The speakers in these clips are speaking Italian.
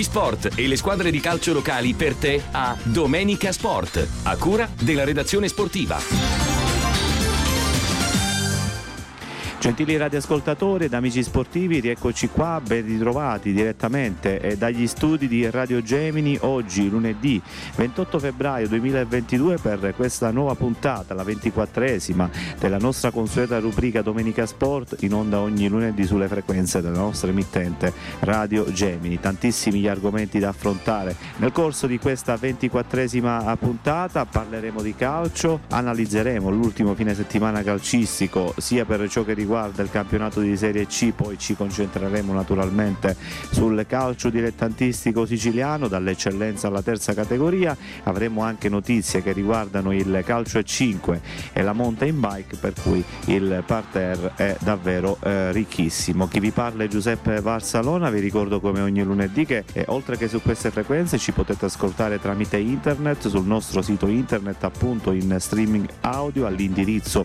sport e le squadre di calcio locali per te a Domenica Sport, a cura della redazione sportiva. Gentili radioascoltatori ed amici sportivi, rieccoci qua, ben ritrovati direttamente dagli studi di Radio Gemini, oggi lunedì 28 febbraio 2022 per questa nuova puntata, la 24esima della nostra consueta rubrica Domenica Sport, in onda ogni lunedì sulle frequenze della nostra emittente Radio Gemini. Tantissimi gli argomenti da affrontare. Nel corso di questa 24esima puntata parleremo di calcio, analizzeremo l'ultimo fine settimana calcistico sia per ciò che riguarda il campionato di Serie C, poi ci concentreremo naturalmente sul calcio dilettantistico siciliano, dall'eccellenza alla terza categoria. Avremo anche notizie che riguardano il calcio a 5 e la mountain bike, per cui il parterre è davvero ricchissimo. Chi vi parla è Giuseppe Varsalona. Vi ricordo come ogni lunedì che oltre che su queste frequenze ci potete ascoltare tramite internet sul nostro sito internet, appunto in streaming audio all'indirizzo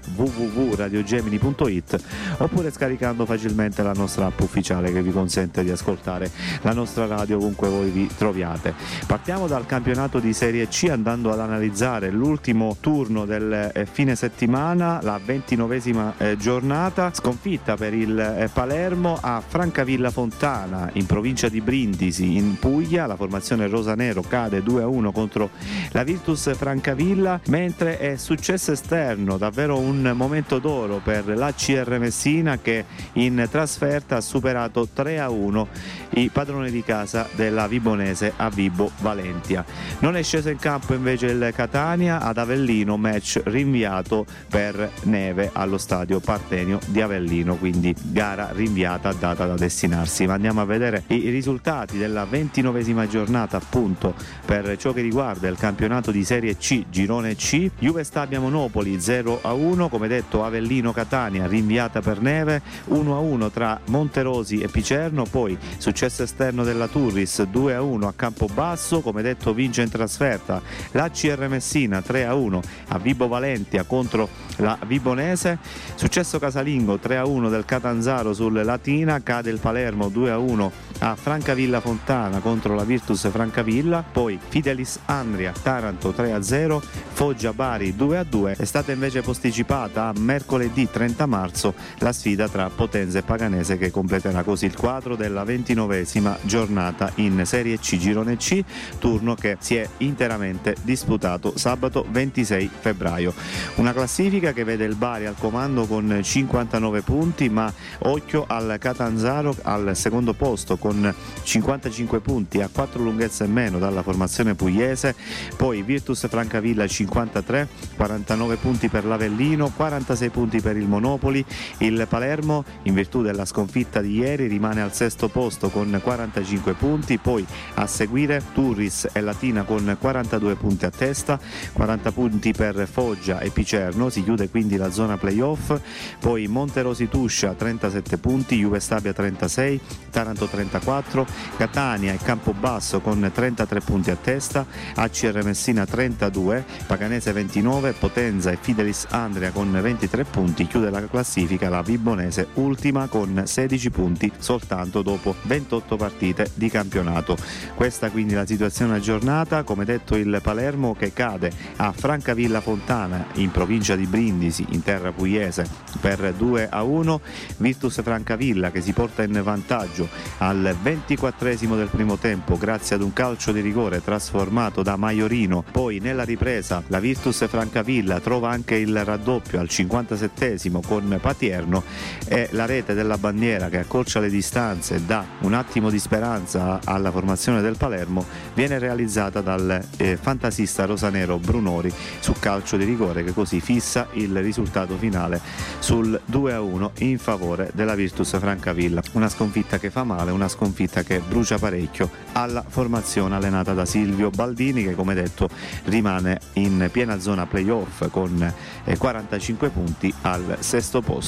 www.radiogemini.it, oppure scaricando facilmente la nostra app ufficiale che vi consente di ascoltare la nostra radio ovunque voi vi troviate. Partiamo dal campionato di Serie C andando ad analizzare l'ultimo turno del fine settimana, la 29esima giornata. Sconfitta per il Palermo a Francavilla Fontana in provincia di Brindisi in Puglia. La formazione rosanero cade 2-1 contro la Virtus Francavilla, mentre è successo esterno, davvero un momento d'oro per la CR Messina, che in trasferta ha superato 3-1 i padroni di casa della Vibonese a Vibo Valentia. Non è sceso in campo invece il Catania ad Avellino, match rinviato per neve allo stadio Partenio di Avellino, quindi gara rinviata, data da destinarsi. Ma andiamo a vedere i risultati della 29esima giornata, appunto per ciò che riguarda il campionato di Serie C, girone C. Juve Stabia Monopoli 0-1, come detto Avellino Catania rinviata per neve, 1-1 tra Monterosi e Picerno, poi successo esterno della Turris 2-1 a Campobasso, come detto vince in trasferta la CR Messina 3-1 a Vibo Valentia contro la Vibonese, successo casalingo 3-1 del Catanzaro sul Latina, cade il Palermo 2-1 a Francavilla Fontana contro la Virtus Francavilla, poi Fidelis Andria Taranto 3-0, Foggia Bari 2-2. È stata invece posticipata a mercoledì 30 marzo la sfida tra Potenza e Paganese, che completerà così il quadro della 29esima giornata in Serie C girone C, turno che si è interamente disputato sabato 26 febbraio. Una classifica che vede il Bari al comando con 59 punti, ma occhio al Catanzaro al secondo posto con 55 punti, a 4 lunghezze in meno dalla formazione pugliese, poi Virtus Francavilla 53, 49 punti per l'Avellino, 46 punti per il Monopoli. Il Palermo, in virtù della sconfitta di ieri, rimane al sesto posto con 45 punti, poi a seguire Turris e Latina con 42 punti a testa, 40 punti per Foggia e Picerno, si chiude quindi la zona playoff, poi Monterosi Tuscia 37 punti, Juve Stabia 36, Taranto 34, Catania e Campobasso con 33 punti a testa, ACR Messina 32, Paganese 29, Potenza e Fidelis Andria con 23 punti, chiude la classifica la Vibonese ultima con 16 punti soltanto dopo 28 partite di campionato. Questa quindi la situazione aggiornata. Come detto, il Palermo che cade a Francavilla Fontana in provincia di Brindisi in terra pugliese per 2-1, Virtus Francavilla che si porta in vantaggio al 24esimo del primo tempo grazie ad un calcio di rigore trasformato da Maiorino. Poi nella ripresa la Virtus Francavilla trova anche il raddoppio al 57esimo con Patierno, e la rete della Bandiera che accorcia le distanze e dà un attimo di speranza alla formazione del Palermo viene realizzata dal fantasista rosanero Brunori su calcio di rigore, che così fissa il risultato finale sul 2-1 in favore della Virtus Francavilla. Una sconfitta che fa male, una sconfitta che brucia parecchio alla formazione allenata da Silvio Baldini, che come detto rimane in piena zona playoff con 45 punti al sesto posto.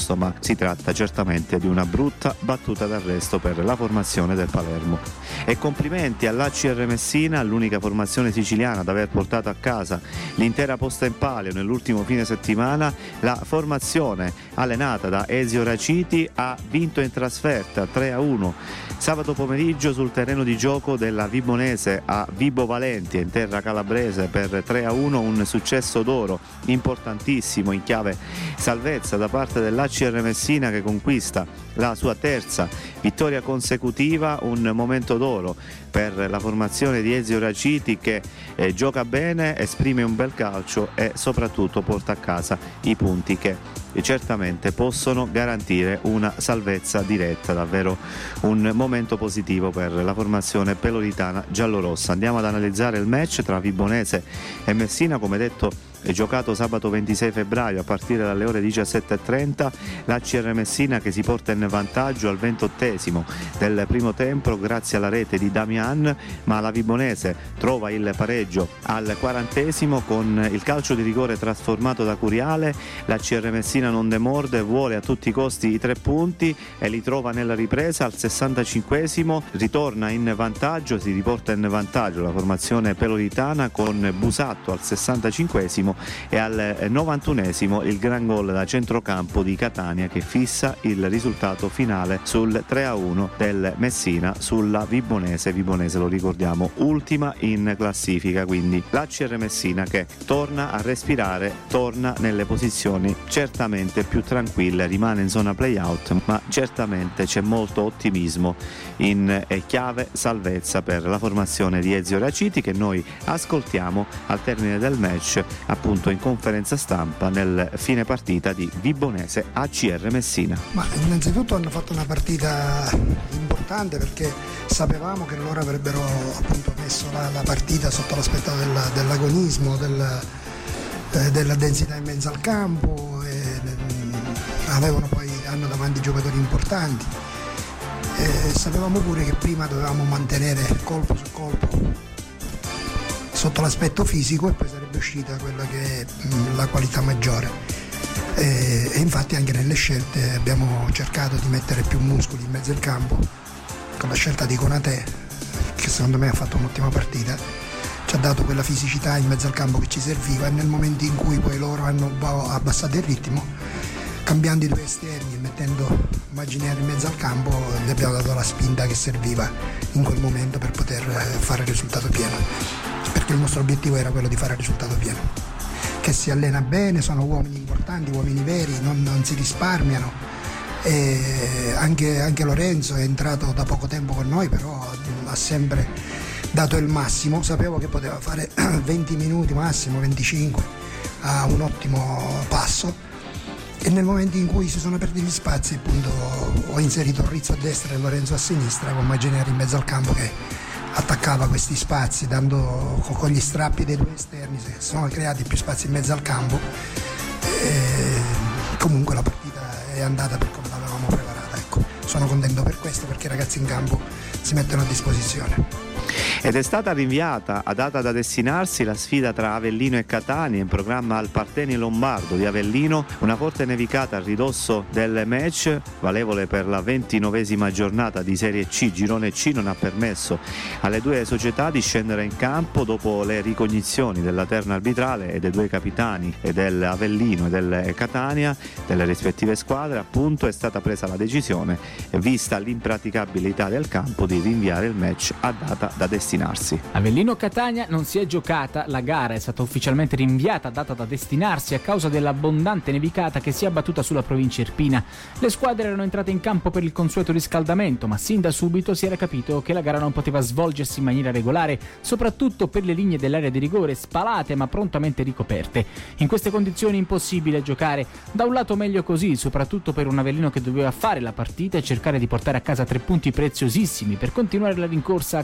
posto, ma si tratta certamente di una brutta battuta d'arresto per la formazione del Palermo. E complimenti all'ACR Messina, l'unica formazione siciliana ad aver portato a casa l'intera posta in palio nell'ultimo fine settimana. La formazione allenata da Ezio Raciti ha vinto in trasferta 3-1 sabato pomeriggio sul terreno di gioco della Vibonese a Vibo Valentia in terra calabrese per 3-1, un successo d'oro importantissimo in chiave salvezza da parte dell'ACR Messina, che conquista la sua terza vittoria consecutiva, un momento d'oro per la formazione di Ezio Raciti, che gioca bene, esprime un bel calcio e soprattutto porta a casa i punti che certamente possono garantire una salvezza diretta. Davvero un momento positivo per la formazione peloritana giallorossa. Andiamo ad analizzare il match tra Vibonese e Messina, come detto è giocato sabato 26 febbraio a partire dalle ore 17:30. l'ACR Messina che si porta in vantaggio al 28esimo del primo tempo grazie alla rete di Damian, ma la Vibonese trova il pareggio al 40esimo con il calcio di rigore trasformato da Curiale. l'ACR Messina non demorde, vuole a tutti i costi i 3 punti e li trova nella ripresa. Al 65esimo ritorna in vantaggio, si riporta in vantaggio la formazione peloritana con Busatto al 65esimo e al 91esimo il gran gol da centrocampo di Catania che fissa il risultato finale sul 3-1 del Messina sulla Vibonese, lo ricordiamo ultima in classifica. Quindi l'ACR Messina che torna a respirare, torna nelle posizioni certamente più tranquille, rimane in zona play-out, ma certamente c'è molto ottimismo in chiave salvezza per la formazione di Ezio Raciti, che noi ascoltiamo al termine del match appunto in conferenza stampa nel fine partita di Vibonese ACR Messina. Ma innanzitutto hanno fatto una partita importante perché sapevamo che loro avrebbero appunto messo la partita sotto l'aspetto dell'agonismo, della densità in mezzo al campo, e hanno davanti giocatori importanti. Sapevamo pure che prima dovevamo mantenere colpo su colpo sotto l'aspetto fisico e poi sarebbe uscita quella che è la qualità maggiore. E infatti anche nelle scelte abbiamo cercato di mettere più muscoli in mezzo al campo, con la scelta di Konate, che secondo me ha fatto un'ottima partita, ci ha dato quella fisicità in mezzo al campo che ci serviva, e nel momento in cui poi loro hanno abbassato il ritmo, cambiando i 2 esterni e mettendo Immaginieri in mezzo al campo, gli abbiamo dato la spinta che serviva in quel momento per poter fare il risultato pieno, perché il nostro obiettivo era quello di fare il risultato pieno. Che si allena bene, sono uomini importanti, uomini veri, non si risparmiano, e anche Lorenzo è entrato da poco tempo con noi, però ha sempre dato il massimo. Sapevo che poteva fare 20 minuti massimo, 25, a un ottimo passo, e nel momento in cui si sono aperti gli spazi appunto ho inserito Rizzo a destra e Lorenzo a sinistra, con Immaginieri in mezzo al campo che attaccava questi spazi, dando con gli strappi dei 2 esterni si sono creati più spazi in mezzo al campo, e comunque la partita è andata per come l'avevamo preparata. Ecco, sono contento per questo, perché i ragazzi in campo si mettono a disposizione. Ed è stata rinviata a data da destinarsi la sfida tra Avellino e Catania, in programma al Parteni Lombardo di Avellino. Una forte nevicata a ridosso del match, valevole per la 29esima giornata di Serie C, Girone C, non ha permesso alle 2 società di scendere in campo. Dopo le ricognizioni della terna arbitrale e dei 2 capitani, e dell'Avellino e del Catania, delle rispettive squadre, appunto è stata presa la decisione, vista l'impraticabilità del campo, di rinviare il match a data da destinarsi. Avellino-Catania non si è giocata, la gara è stata ufficialmente rinviata a data da destinarsi a causa dell'abbondante nevicata che si è abbattuta sulla provincia irpina. Le squadre erano entrate in campo per il consueto riscaldamento, ma sin da subito si era capito che la gara non poteva svolgersi in maniera regolare, soprattutto per le linee dell'area di rigore spalate ma prontamente ricoperte. In queste condizioni impossibile giocare. Da un lato meglio così, soprattutto per un Avellino che doveva fare la partita e cercare di portare a casa 3 punti preziosissimi per continuare la rincorsa a Catanzaro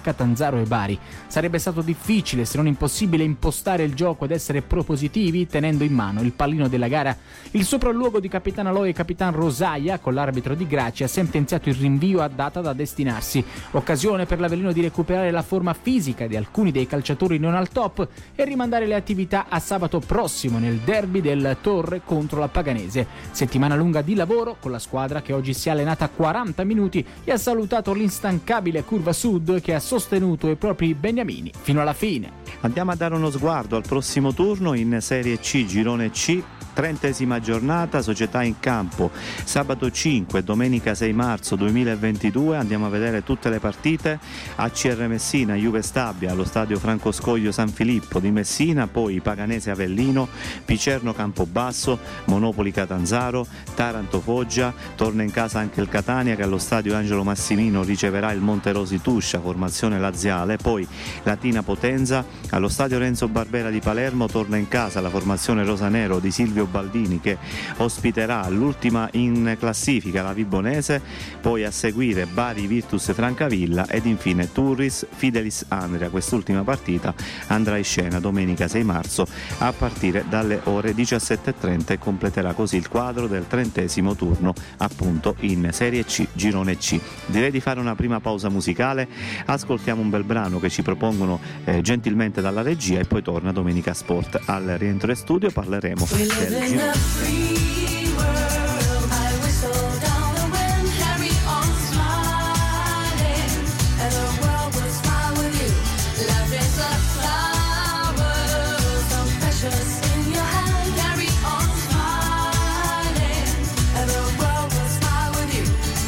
Pesaro e Bari. Sarebbe stato difficile, se non impossibile, impostare il gioco ed essere propositivi tenendo in mano il pallino della gara. Il sopralluogo di Capitan Aloy e Capitan Rosaia, con l'arbitro di Gracia, ha sentenziato il rinvio a data da destinarsi. Occasione per l'Avellino di recuperare la forma fisica di alcuni dei calciatori non al top e rimandare le attività a sabato prossimo nel derby del Torre contro la Paganese. Settimana lunga di lavoro con la squadra che oggi si è allenata 40 minuti e ha salutato l'instancabile Curva Sud che ha sostenuto i propri beniamini fino alla fine. Andiamo a dare uno sguardo al prossimo turno in Serie C, Girone C. 30ª giornata, società in campo, sabato 5 e domenica 6 marzo 2022. Andiamo a vedere tutte le partite. ACR Messina, Juve Stabia allo stadio Franco Scoglio San Filippo di Messina, poi Paganese Avellino, Picerno Campobasso, Monopoli Catanzaro, Taranto Foggia. Torna in casa anche il Catania che allo stadio Angelo Massimino riceverà il Monterosi Tuscia, formazione laziale. Poi Latina Potenza allo stadio Renzo Barbera di Palermo, torna in casa la formazione rosanero di Silvio Baldini che ospiterà l'ultima in classifica, la Vibonese. Poi a seguire Bari Virtus Francavilla ed infine Turris Fidelis Andria. Quest'ultima partita andrà in scena domenica 6 marzo a partire dalle ore 17:30 e completerà così il quadro del 30° turno appunto in Serie C, Girone C. Direi di fare una prima pausa musicale, ascoltiamo un bel brano che ci propongono gentilmente dalla regia e poi torna Domenica Sport. Al rientro in studio parleremo del in a free world, I whistle down the wind, carry on smiling, and the world will smile with you. Love is a flower, so precious in your hand, carry on smiling, and the world will smile with you.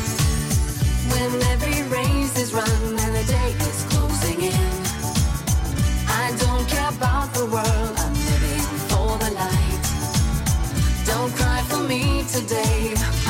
When every race is run and the day is closing in, I don't care about the world, I'm living for the light. Don't cry for me today.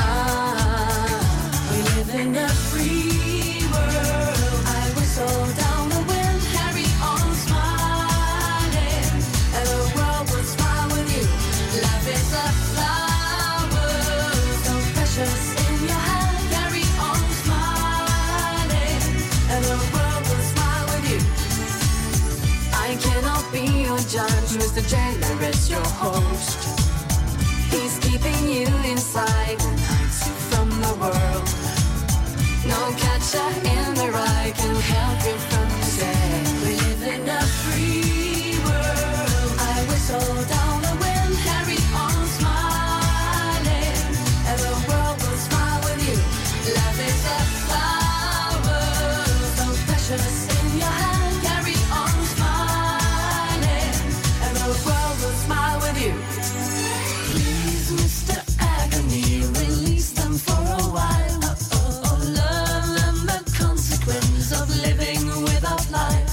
We live in a free world. I whistle down the wind, carry on smiling, and the world will smile with you. Life is a flower, so precious in your hand. Carry on smiling, and the world will smile with you. I cannot be your judge, Mr. Generous, your host. He's keeping you inside and hides you from the world. No catcher in the rye can help you from the day. We live in a free world. I whistle down the wind, carry on smiling, and the world will smile with you. Love is a flower, so precious in your hand. Carry on smiling, and the world will smile with you. Mr. Agony, release them for a while. Learn them the consequence of living without life.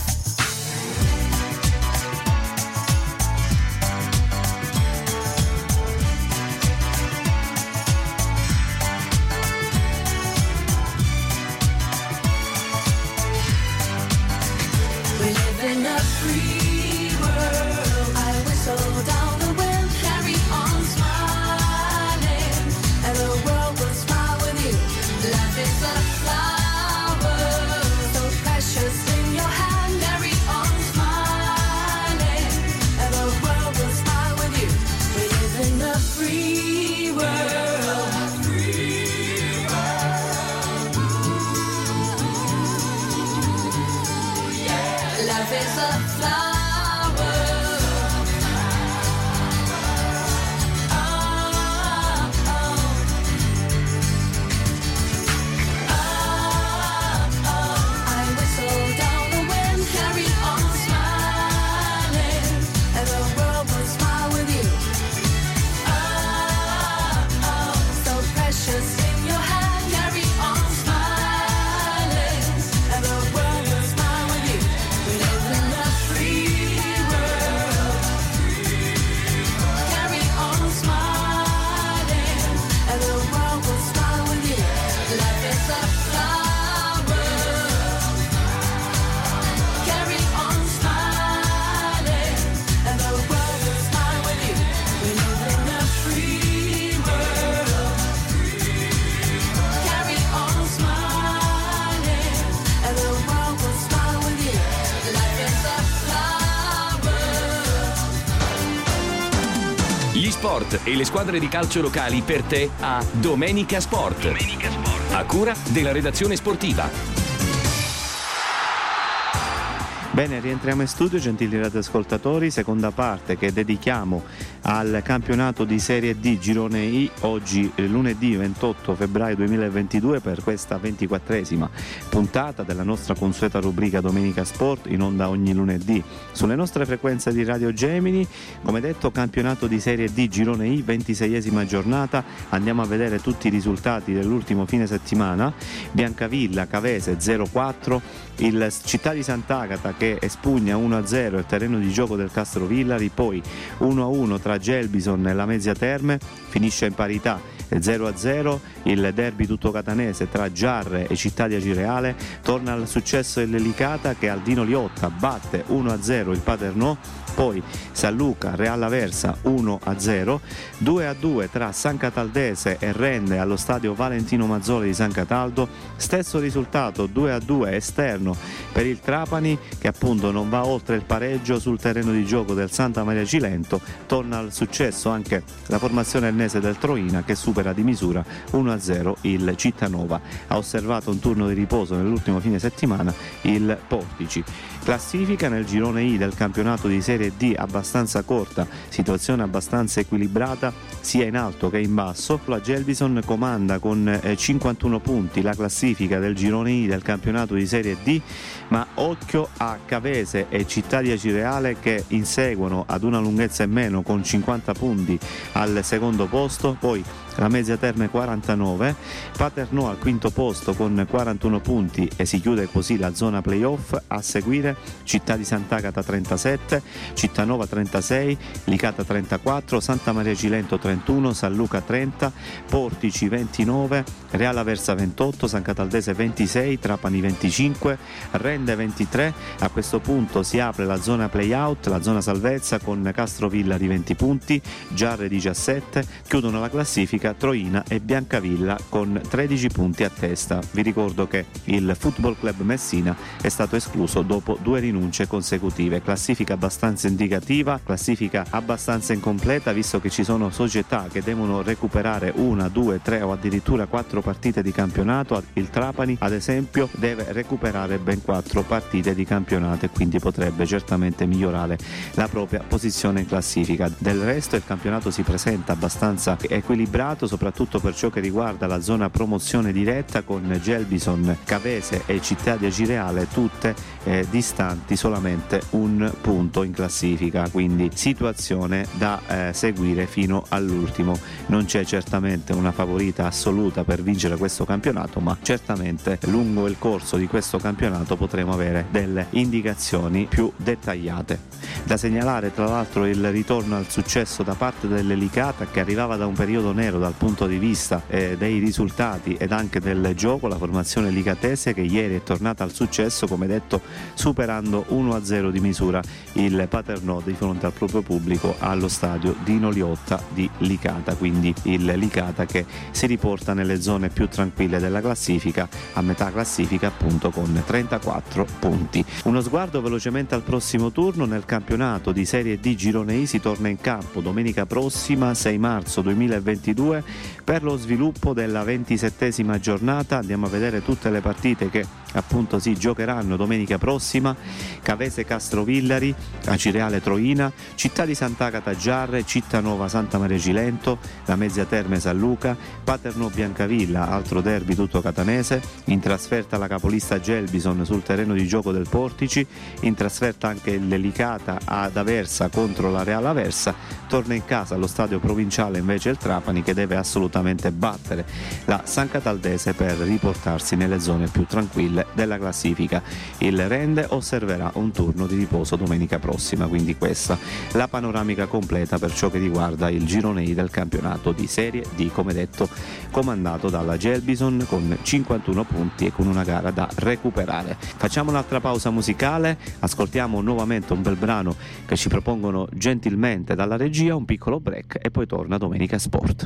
We live in a free world. I whistle down the wind, carry on smiling, and the world will smile with you. Life is a flower, so precious in your hand. Carry on smiling, and the world will smile with you. We live in a free world. Life is a flower. Free Gli sport e le squadre di calcio locali per te a Domenica Sport. A cura della redazione sportiva. Bene, rientriamo in studio, gentili radioascoltatori, seconda parte che dedichiamo al campionato di Serie D Girone I, oggi lunedì 28 febbraio 2022 per questa 24esima puntata della nostra consueta rubrica Domenica Sport, in onda ogni lunedì sulle nostre frequenze di Radio Gemini. Come detto, campionato di Serie D Girone I, 26esima giornata, andiamo a vedere tutti i risultati dell'ultimo fine settimana. Biancavilla, Cavese 0-4, il Città di Sant'Agata che espugna 1-0 il terreno di gioco del Castrovillari, poi 1-1 tra Gelbison e la Mezzia Terme, finisce in parità 0-0 il derby tutto catanese tra Giarre e Città di Acireale, torna al successo dell'Elicata che Aldino Liotta batte 1-0 il Paternò, poi San Luca Real Aversa 1-0, 2-2 tra San Cataldese e Rende allo stadio Valentino Mazzoli di San Cataldo, stesso risultato 2-2 esterno per il Trapani che appunto non va oltre il pareggio sul terreno di gioco del Santa Maria Cilento, torna al successo anche la formazione ennese del Troina che supera di misura 1-0 il Cittanova. Ha osservato un turno di riposo nell'ultimo fine settimana il Portici. Classifica nel girone I del campionato di Serie D abbastanza corta, situazione abbastanza equilibrata sia in alto che in basso. La Gelbison comanda con 51 punti la classifica del girone I del campionato di Serie D, ma occhio a Cavese e Città di Acireale che inseguono ad una lunghezza in meno con 50 punti al secondo posto, poi la Mezzia Terme 49, Paternò al quinto posto con 41 punti e si chiude così la zona playoff. A seguire Città di Sant'Agata 37, Cittanova 36, Licata 34, Santa Maria Cilento 31, San Luca 30, Portici 29, Real Aversa 28, San Cataldese 26, Trapani 25, Rende 23. A questo punto si apre la zona playout, la zona salvezza con Castrovillari 20 punti, Giarre 17, chiudono la classifica Troina e Biancavilla con 13 punti a testa. Vi ricordo che il Football Club Messina è stato escluso dopo 2 rinunce consecutive. Classifica abbastanza indicativa, classifica abbastanza incompleta, visto che ci sono società che devono recuperare 1, 2, 3 o addirittura 4 partite di campionato. Il Trapani ad esempio deve recuperare ben 4 partite di campionato e quindi potrebbe certamente migliorare la propria posizione in classifica. Del resto il campionato si presenta abbastanza equilibrato, soprattutto per ciò che riguarda la zona promozione diretta, con Gelbison, Cavese e Città di Acireale tutte distanti solamente un punto in classifica, quindi situazione da seguire fino all'ultimo. Non c'è certamente una favorita assoluta per vincere questo campionato, ma certamente lungo il corso di questo campionato potremo avere delle indicazioni più dettagliate. Da segnalare tra l'altro il ritorno al successo da parte dell'Elicata, che arrivava da un periodo nero dal punto di vista dei risultati ed anche del gioco. La formazione licatese che ieri è tornata al successo, come detto, superando 1-0 di misura il Paternò di fronte al proprio pubblico allo stadio Dino Liotta di Licata, quindi il Licata che si riporta nelle zone più tranquille della classifica, a metà classifica appunto con 34 punti. Uno sguardo velocemente al prossimo turno. Nel campionato di Serie D Girone I si torna in campo domenica prossima 6 marzo 2022 per lo sviluppo della 27esima giornata. Andiamo a vedere tutte le partite che appunto si giocheranno domenica prossima: Cavese Castrovillari, Acireale Troina, Città di Sant'Agata Giarre, Cittanova Santa Maria Cilento, la Mezzia Terme San Luca, Paternò Biancavilla, altro derby tutto catanese, in trasferta la capolista Gelbison sul terreno di gioco del Portici, in trasferta anche l'Elicata ad Aversa contro la Real Aversa, torna in casa allo stadio provinciale invece il Trapani, che deve assolutamente battere la San Cataldese per riportarsi nelle zone più tranquille della classifica. Il Rende osserverà un turno di riposo domenica prossima, quindi questa la panoramica completa per ciò che riguarda il girone I del campionato di Serie D, come detto comandato dalla Gelbison con 51 punti e con una gara da recuperare. Facciamo un'altra pausa musicale, ascoltiamo nuovamente un bel brano che ci propongono gentilmente dalla regia, un piccolo break e poi torna Domenica Sport.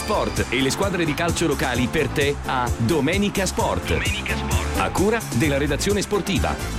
sport e le squadre di calcio locali per te a Domenica Sport. A cura della redazione sportiva.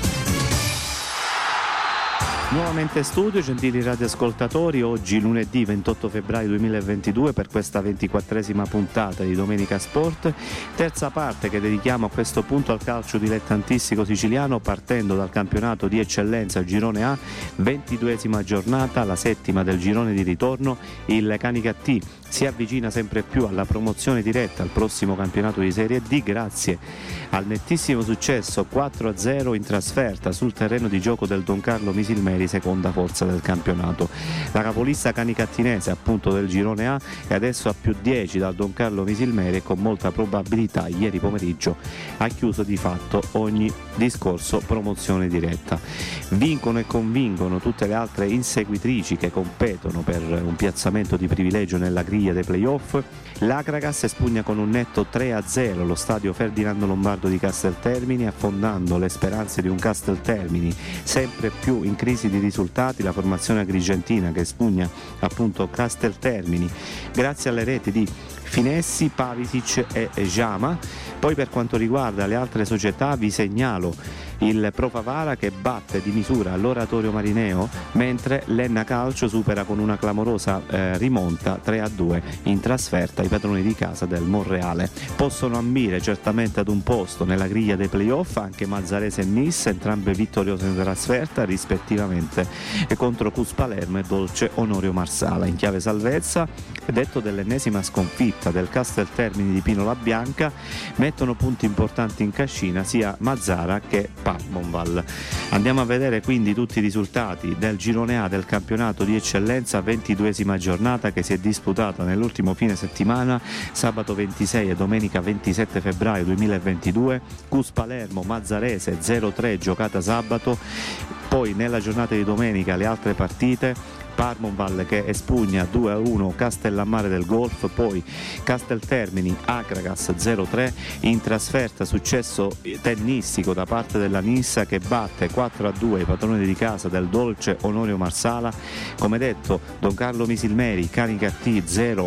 Nuovamente in studio, gentili radioascoltatori, oggi lunedì 28 febbraio 2022 per questa 24esima puntata di Domenica Sport, terza parte che dedichiamo a questo punto al calcio dilettantistico siciliano, partendo dal campionato di eccellenza Girone A, 22esima giornata, la settima del girone di ritorno. Il Canicattì si avvicina sempre più alla promozione diretta al prossimo campionato di Serie D grazie al nettissimo successo 4-0 in trasferta sul terreno di gioco del Don Carlo Misilmeri, seconda forza del campionato. La capolista canicattinese appunto del girone A è adesso a più 10 dal Don Carlo Misilmeri e con molta probabilità ieri pomeriggio ha chiuso di fatto ogni discorso promozione diretta. Vincono e convincono tutte le altre inseguitrici che competono per un piazzamento di privilegio nella griglia dei playoff. L'Acragas espugna con un netto 3-0 lo stadio Ferdinando Lombardo di Casteltermini, affondando le speranze di un Casteltermini sempre più in crisi di risultati. La formazione agrigentina che espugna appunto Casteltermini grazie alle reti di Finessi, Pavisic e Jama. Poi per quanto riguarda le altre società vi segnalo il Pro Favara che batte di misura l'Oratorio Marineo, mentre l'Enna Calcio supera con una clamorosa rimonta 3-2 in trasferta i padroni di casa del Monreale. Possono ambire certamente ad un posto nella griglia dei playoff anche Mazzarese e Nis, entrambe vittoriose in trasferta rispettivamente contro Cus Palermo e Dolce Onorio Marsala. In chiave salvezza, detto dell'ennesima sconfitta del Casteltermini di Pino La Bianca, mettono punti importanti in cascina sia Mazzara che Parmonval. Andiamo a vedere quindi tutti i risultati del girone A del campionato di eccellenza, 22esima giornata che si è disputata nell'ultimo fine settimana, sabato 26 e domenica 27 febbraio 2022. Cus Palermo Mazzarese 0-3 giocata sabato. Poi nella giornata di domenica le altre partite: Parmonval che espugna 2-1 Castellammare del Golf, poi Casteltermini Acragas 0-3 in trasferta, successo tennistico da parte della Nissa che batte 4-2 i padroni di casa del Dolce Onorio Marsala. Come detto, Don Carlo Misilmeri Canicattì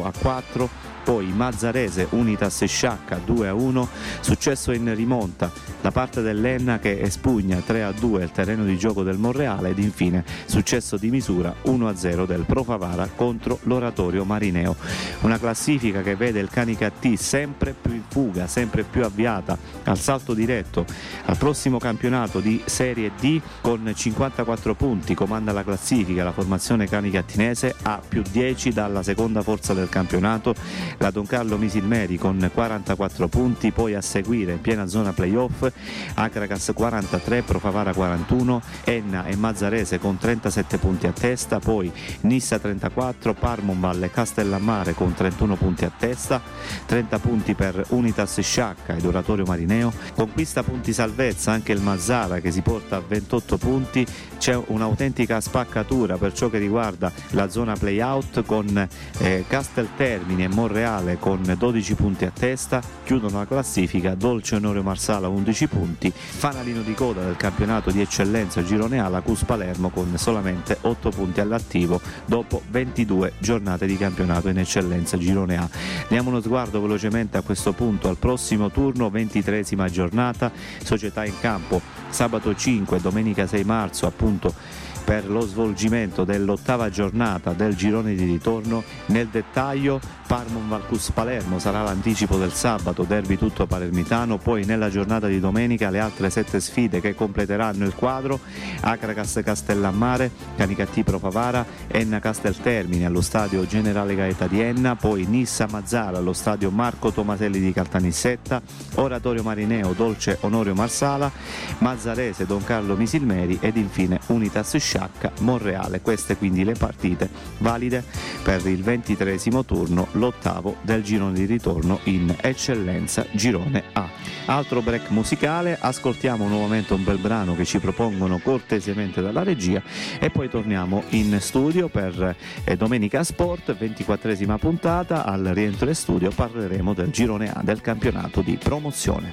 0-4, poi Mazzarese Unitas Sciacca 2-1, successo in rimonta da parte dell'Enna che espugna 3-2 il terreno di gioco del Monreale, ed infine successo di misura 1-0 del Pro Favara contro l'Oratorio Marineo. Una classifica che vede il Canicattì sempre più in fuga, sempre più avviata al salto diretto al prossimo campionato di Serie D. Con 54 punti comanda la classifica la formazione canicattinese, a più 10 dalla seconda forza del campionato la Don Carlo Misilmeri con 44 punti, poi a seguire in piena zona playoff Acragas 43, Pro Favara 41, Enna e Mazzarese con 37 punti a testa, poi Nissa 34, Parmonval e Castellammare con 31 punti a testa, 30 punti per Unitas Sciacca ed Oratorio Marineo. Conquista punti salvezza anche il Mazzara che si porta a 28 punti. C'è un'autentica spaccatura per ciò che riguarda la zona playout con Casteltermini e Monreale con 12 punti a testa. Chiudono la classifica Dolce Onorio Marsala 11 punti, fanalino di coda del campionato di eccellenza girone A la Cus Palermo con solamente 8 punti all'attivo dopo 22 giornate di campionato in eccellenza girone A. Diamo uno sguardo velocemente a questo punto al prossimo turno, 23esima giornata, società in campo sabato 5 domenica 6 marzo appunto per lo svolgimento dell'8ª giornata del girone di ritorno. Nel dettaglio Parmonval Cus Palermo sarà l'anticipo del sabato, derby tutto palermitano. Poi nella giornata di domenica le altre 7 sfide che completeranno il quadro: Acragas Castellammare, Canicattì Pro Favara, Enna Casteltermini allo stadio Generale Gaeta di Enna, poi Nissa Mazzara allo stadio Marco Tomaselli di Caltanissetta, Oratorio Marineo Dolce Onorio Marsala, Mazzarese Don Carlo Misilmeri ed infine Unitas Sciacca Monreale. Queste quindi le partite valide per il 23esimo turno, l'8º del girone di ritorno in eccellenza girone A. Altro break musicale, ascoltiamo nuovamente un bel brano che ci propongono cortesemente dalla regia e poi torniamo in studio per Domenica Sport, 24esima puntata. Al rientro in studio parleremo del girone A del campionato di promozione.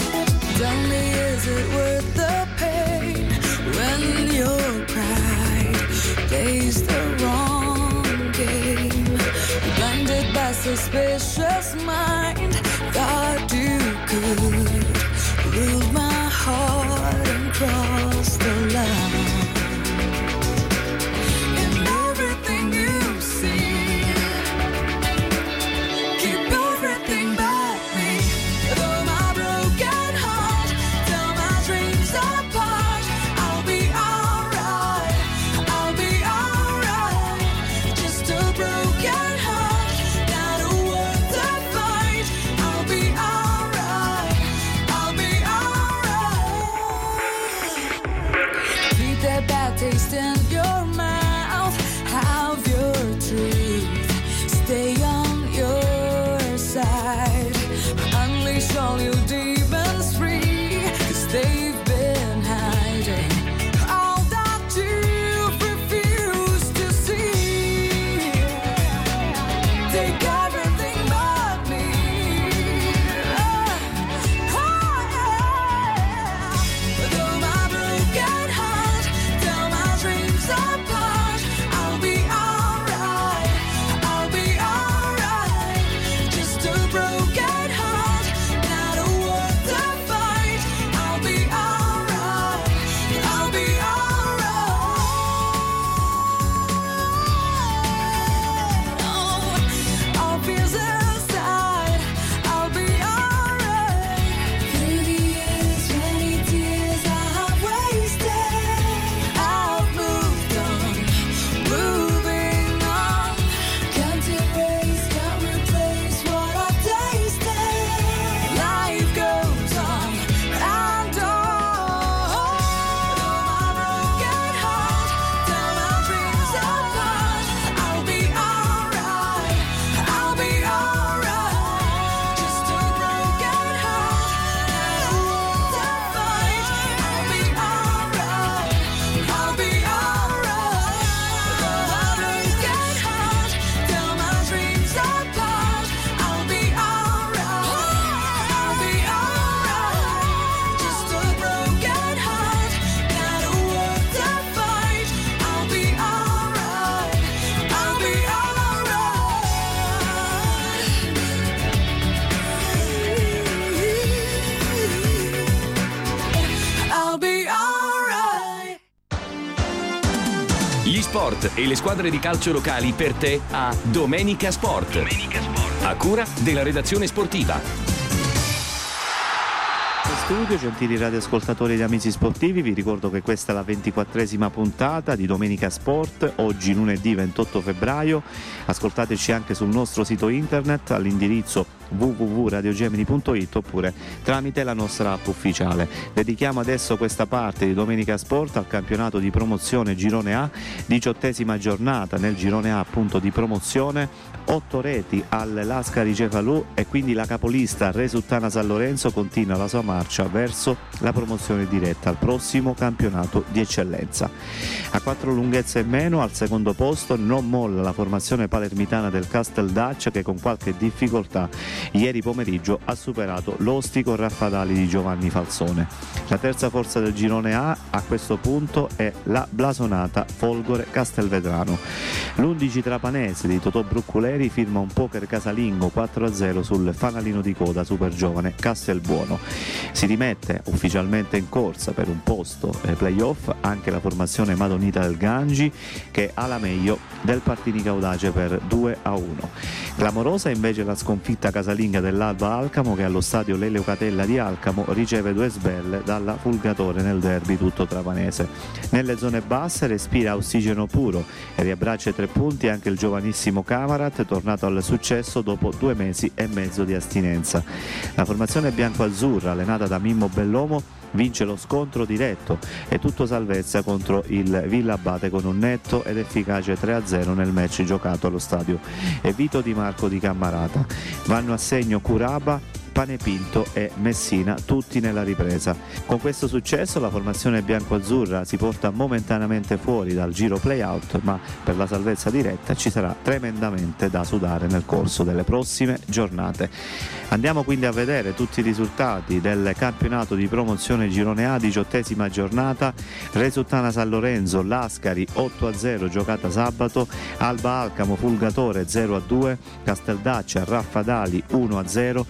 Tell me, is it worth the pain when your pride plays the wrong game? Blinded by suspicion. cross the line. In everything you see, keep everything but me. Though my broken heart, tell my dreams apart. I'll be alright, I'll be alright. Just a broken heart, not a word to fight. I'll be alright, I'll be alright. Keep that bad taste in your mouth, have your truth, stay on your side. Unleash all your demons free, 'cause they've been hiding all that you refuse to see. Take everything but me. Though my broken heart, tell my dreams apart. I'll be alright, I'll be alright. Just a broken heart, not a word to fight. I'll be alright, I'll be alright. All fears aside, I'll be alright. Through the years, many tears I have wasted. I've moved on, moving on. Can't erase, can't replace what I've tasted. Life goes on and on. Though my broken heart, tell my dreams apart. I'll be alright, I'll be alright. Just a broken heart, not a word to fight. I'll be alright, I'll be alright. Though my broken heart, tell my dreams apart. I'll be alright, I'll be alright. Just a broken heart, not a word to fight. I'll be alright, I'll be alright. I'll be alright. Gli sport e le squadre di calcio locali per te a Domenica Sport. A cura della redazione sportiva. In studio, gentili radioascoltatori ed amici sportivi, vi ricordo che questa è la 24esima puntata di Domenica Sport, oggi lunedì 28 febbraio. Ascoltateci anche sul nostro sito internet all'indirizzo www.radiogemini.it oppure tramite la nostra app ufficiale. Dedichiamo adesso questa parte di Domenica Sport al campionato di promozione Girone A, 18esima giornata nel Girone A appunto di promozione, 8 reti al Lascari Cefalù e quindi la capolista Resuttana San Lorenzo continua la sua marcia verso la promozione diretta al prossimo campionato di eccellenza. A 4 lunghezze in meno al secondo posto non molla la formazione palermitana del Casteldaccia che con qualche difficoltà ieri pomeriggio ha superato l'Ostico Raffadali di Giovanni Falzone. La terza forza del girone A questo punto è la blasonata Folgore Castelvetrano. L'11 trapanese di Totò Brucculeri firma un poker casalingo 4-0 sul fanalino di coda super giovane Castelbuono. Si rimette ufficialmente in corsa per un posto playoff anche la formazione madonita del Gangi che ha la meglio del Partini Caudace per 2-1. Clamorosa invece la sconfitta casalinga dell'Alba Alcamo che allo stadio Lelio Catella di Alcamo riceve 2 sbelle dalla Fulgatore nel derby tutto trapanese. Nelle zone basse respira ossigeno puro e riabbraccia 3 punti anche il giovanissimo Camarat tornato al successo dopo 2 mesi e mezzo di astinenza. La formazione bianco-azzurra allenata da Mimmo Bellomo vince lo scontro diretto e tutto salvezza contro il Villa Abate con un netto ed efficace 3-0 nel match giocato allo stadio Vito Di Marco di Cammarata. Vanno a segno Curaba, Panepinto e Messina, tutti nella ripresa. Con questo successo la formazione bianco-azzurra si porta momentaneamente fuori dal giro play-out, ma per la salvezza diretta ci sarà tremendamente da sudare nel corso delle prossime giornate. Andiamo quindi a vedere tutti i risultati del campionato di promozione Girone A, 18esima giornata. Resuttana San Lorenzo, Lascari 8-0 giocata sabato, Alba Alcamo Fulgatore 0-2, Casteldaccia Raffadali 1-0, Città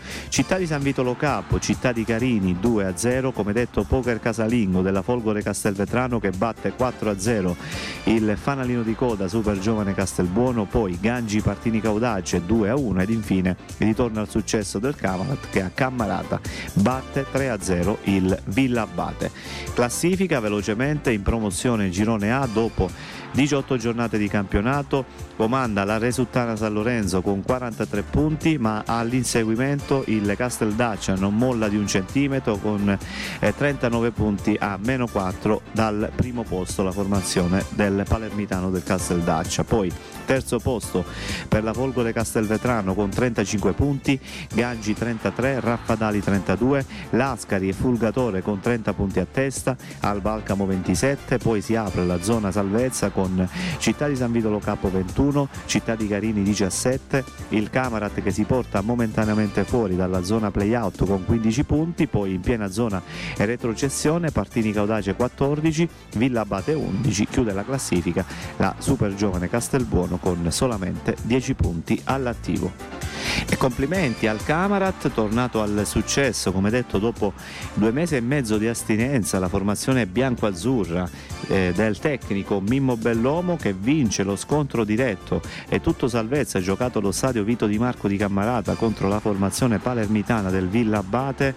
Città di San Vito Lo Capo, Città di Carini 2-0, come detto Poker Casalingo della Folgore Castelvetrano che batte 4-0 il fanalino di coda Super Giovane Castelbuono, poi Gangi Partini Caudace 2-1 ed infine ritorna al successo del Camarat che a Cammarata batte 3-0 il Villa Abate. Classifica velocemente: in promozione girone A dopo 18 giornate di campionato comanda la Resuttana San Lorenzo con 43 punti, ma all'inseguimento il Casteldaccia non molla di un centimetro con 39 punti a meno 4 dal primo posto, la formazione del palermitano del Casteldaccia. Poi terzo posto per la Folgore Castelvetrano con 35 punti, Gangi 33, Raffadali 32, Lascari e Fulgatore con 30 punti a testa, Alba Alcamo 27, poi si apre la zona salvezza con Città di San Vito Lo Capo 21, Città di Carini 17, il Camarat che si porta momentaneamente fuori dalla zona play-out con 15 punti, poi in piena zona retrocessione Partini Caudace 14, Villa Abate 11, chiude la classifica la Super Giovane Castelbuono con solamente 10 punti all'attivo. E complimenti al Camarat, tornato al successo, come detto dopo 2 mesi e mezzo di astinenza, la formazione bianco-azzurra del tecnico Mimmo Bellomo che vince lo scontro diretto e tutto salvezza giocato allo stadio Vito Di Marco di Cammarata contro la formazione palermitana del Villa Abate,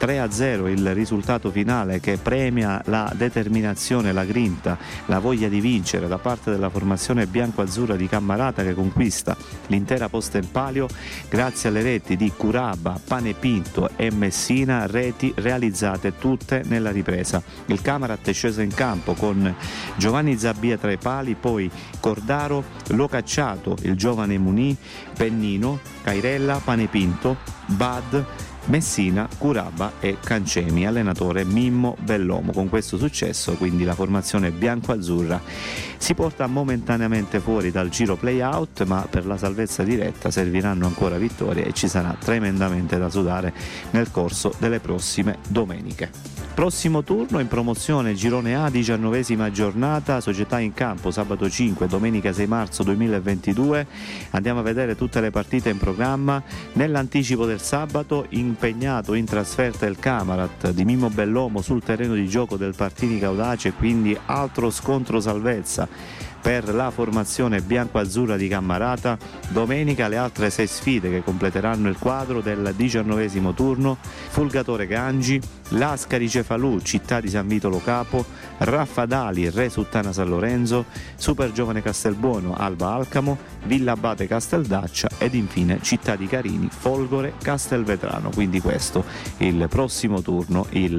3-0 il risultato finale che premia la determinazione, la grinta, la voglia di vincere da parte della formazione bianco-azzurra di Cammarata che conquista l'intera posta in palio grazie alle reti di Curaba, Panepinto e Messina, reti realizzate tutte nella ripresa. Il Camarat è sceso in campo con Giovanni Zabbia tra i pali, poi Cordaro, Locacciato, il giovane Munì, Pennino, Cairella, Panepinto, Bad, Messina, Curaba e Cancemi, allenatore Mimmo Bellomo. Con questo successo quindi la formazione bianco-azzurra si porta momentaneamente fuori dal giro play-out, ma per la salvezza diretta serviranno ancora vittorie e ci sarà tremendamente da sudare nel corso delle prossime domeniche. Prossimo turno in promozione girone A, 19ª giornata, società in campo sabato 5, domenica 6 marzo 2022. Andiamo a vedere tutte le partite in programma. Nell'anticipo del sabato, impegnato in trasferta il Camarat di Mimmo Bellomo sul terreno di gioco del Partini Caudace, quindi altro scontro salvezza per la formazione bianco-azzurra di Cammarata. Domenica le altre 6 sfide che completeranno il quadro del 19° turno: Fulgatore Gangi, Lascari Cefalù, Città di San Vito Lo Capo, Raffadali Resuttana San Lorenzo, Super Giovane Castelbuono Alba Alcamo, Villa Abate Casteldaccia ed infine Città di Carini Folgore Castelvetrano. Quindi questo il prossimo turno, il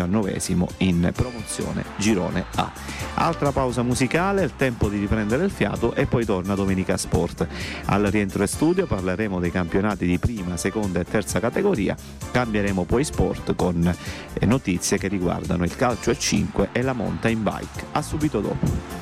19° in promozione girone A. Altra pausa musicale, il tempo di riprendere il fiato e poi torna Domenica Sport. Al rientro in studio parleremo dei campionati di prima, seconda e terza categoria, cambieremo poi sport con notizie che riguardano il calcio a 5 e la mountain bike. A subito dopo.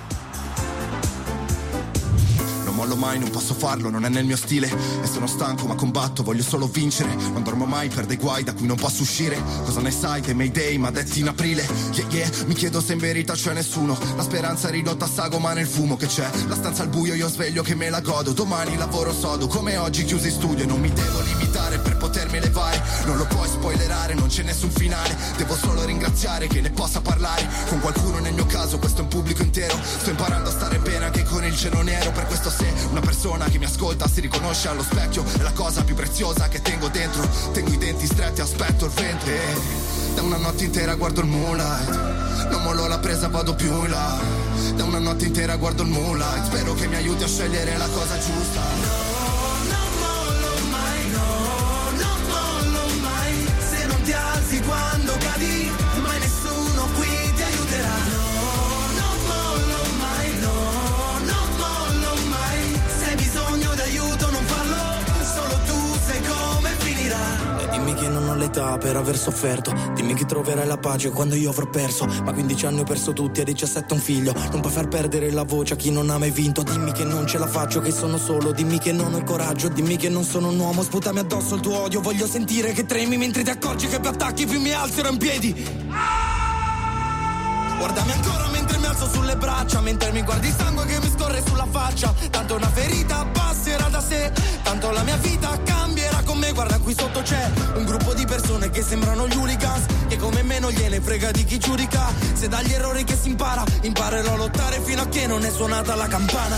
Non mollo mai, non posso farlo, non è nel mio stile. E sono stanco ma combatto, voglio solo vincere. Non dormo mai per dei guai da cui non posso uscire. Cosa ne sai dei Mayday ma detti in aprile? Yeah yeah, mi chiedo se in verità c'è nessuno. La speranza è ridotta a sagoma nel fumo che c'è. La stanza al buio, io sveglio che me la godo. Domani lavoro sodo, come oggi chiuso in studio. E non mi devo limitare per potermi levare. Non lo puoi spoilerare, non c'è nessun finale. Devo solo ringraziare che ne possa parlare con qualcuno, nel mio caso questo è un pubblico intero. Sto imparando a stare bene anche con il cielo nero. Per questo se una persona che mi ascolta si riconosce allo specchio, è la cosa più preziosa che tengo dentro. Tengo i denti stretti, aspetto il vento e da una notte intera guardo il moonlight. Non mollo la presa, vado più in là. Da una notte intera guardo il moonlight. Spero che mi aiuti a scegliere la cosa giusta. Non mollo mai, non mollo mai. Se non ti alzi quando cadi, mai nessuno qui ti aiuterà. Non mollo mai, non mollo mai. Se hai bisogno d'aiuto non farlo, solo tu sai come finirà. E dimmi che non ho l'età per aver sofferto. Dimmi che troverai la pace quando io avrò perso. Ma a 15 anni ho perso tutti, a 17 un figlio. Non puoi far perdere la voce a chi non ha mai vinto. Dimmi che non ce la faccio, che sono solo. Dimmi che non ho il coraggio, dimmi che non sono un uomo. Sputami addosso il tuo odio, voglio sentire che tremi mentre ti accorgi che più attacchi più mi alzerò in piedi. Guardami ancora mentre mi alzo sulle braccia, mentre mi guardi il sangue che mi scorre sulla faccia. Tanto una ferita passerà da sé, tanto la mia vita cambierà con me. Guarda qui sotto c'è un gruppo di persone che sembrano gli hooligans, che come me non gliene frega di chi giudica. Se dagli errori che si impara, imparerò a lottare fino a che non è suonata la campana.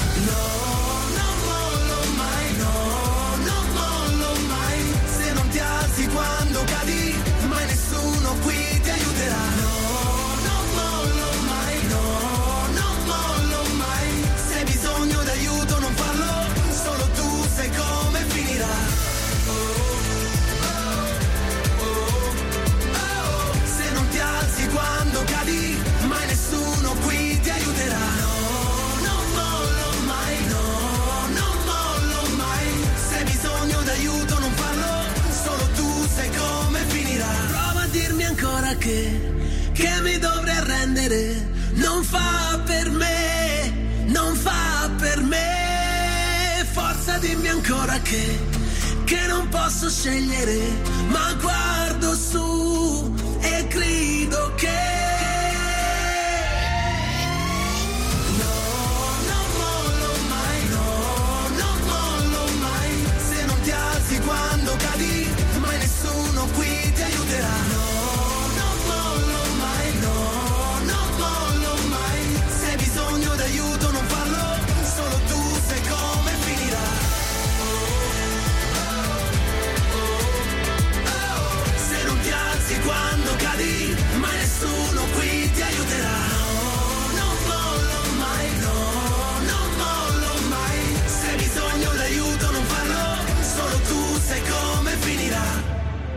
Quando cadi, mai nessuno qui ti aiuterà. Non mollo mai, non mollo mai. Se hai bisogno d'aiuto non farlo, solo tu sai come finirà. Se non ti alzi quando cadi, mai nessuno qui ti aiuterà. Non mollo mai, non mollo mai. Se hai bisogno d'aiuto non farlo, solo tu sai come finirà. Prova a dirmi ancora che mi dovrei arrendere. Non fa per me, non fa per me. Forza dimmi ancora che non posso scegliere, ma guardo su e grido che non mollo mai, non mollo mai. Se non ti alzi quando cadi, mai nessuno qui ti aiuterà. Non mollo mai, non mollo mai. Se hai bisogno d'aiuto non farlo, solo tu sai come finirà. Se non ti alzi quando cadi, mai nessuno qui ti aiuterà. Non mollo mai, non mollo mai. Se hai bisogno d'aiuto non farlo, solo tu sai come finirà.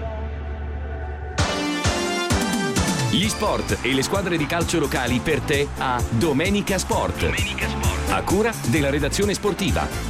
Gli sport e le squadre di calcio locali per te a Domenica Sport. A cura della redazione sportiva.